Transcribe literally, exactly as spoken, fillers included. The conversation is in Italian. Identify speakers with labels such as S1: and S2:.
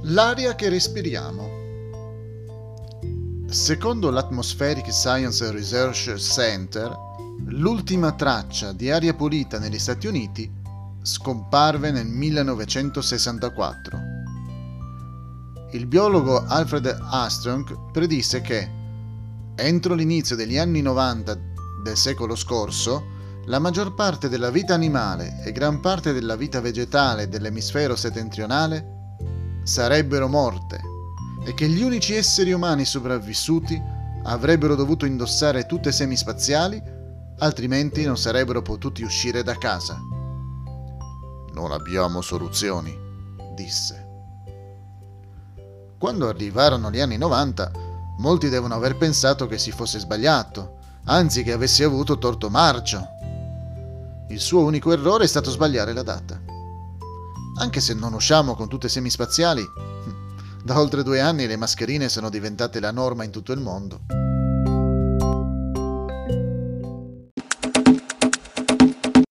S1: L'aria che respiriamo. Secondo l'Atmospheric Science Research Center, l'ultima traccia di aria pulita negli Stati Uniti scomparve nel millenovecentosessantaquattro. Il biologo Alfred Armstrong predisse che, entro l'inizio degli anni novanta del secolo scorso, la maggior parte della vita animale e gran parte della vita vegetale dell'emisfero settentrionale sarebbero morte e che gli unici esseri umani sopravvissuti avrebbero dovuto indossare tute semispaziali, altrimenti non sarebbero potuti uscire da casa. «Non abbiamo soluzioni», disse. Quando arrivarono gli anni novanta, molti devono aver pensato che si fosse sbagliato, anzi che avesse avuto torto marcio. Il suo unico errore è stato sbagliare la data. Anche se non usciamo con tute semispaziali, da oltre due anni le mascherine sono diventate la norma in tutto il mondo.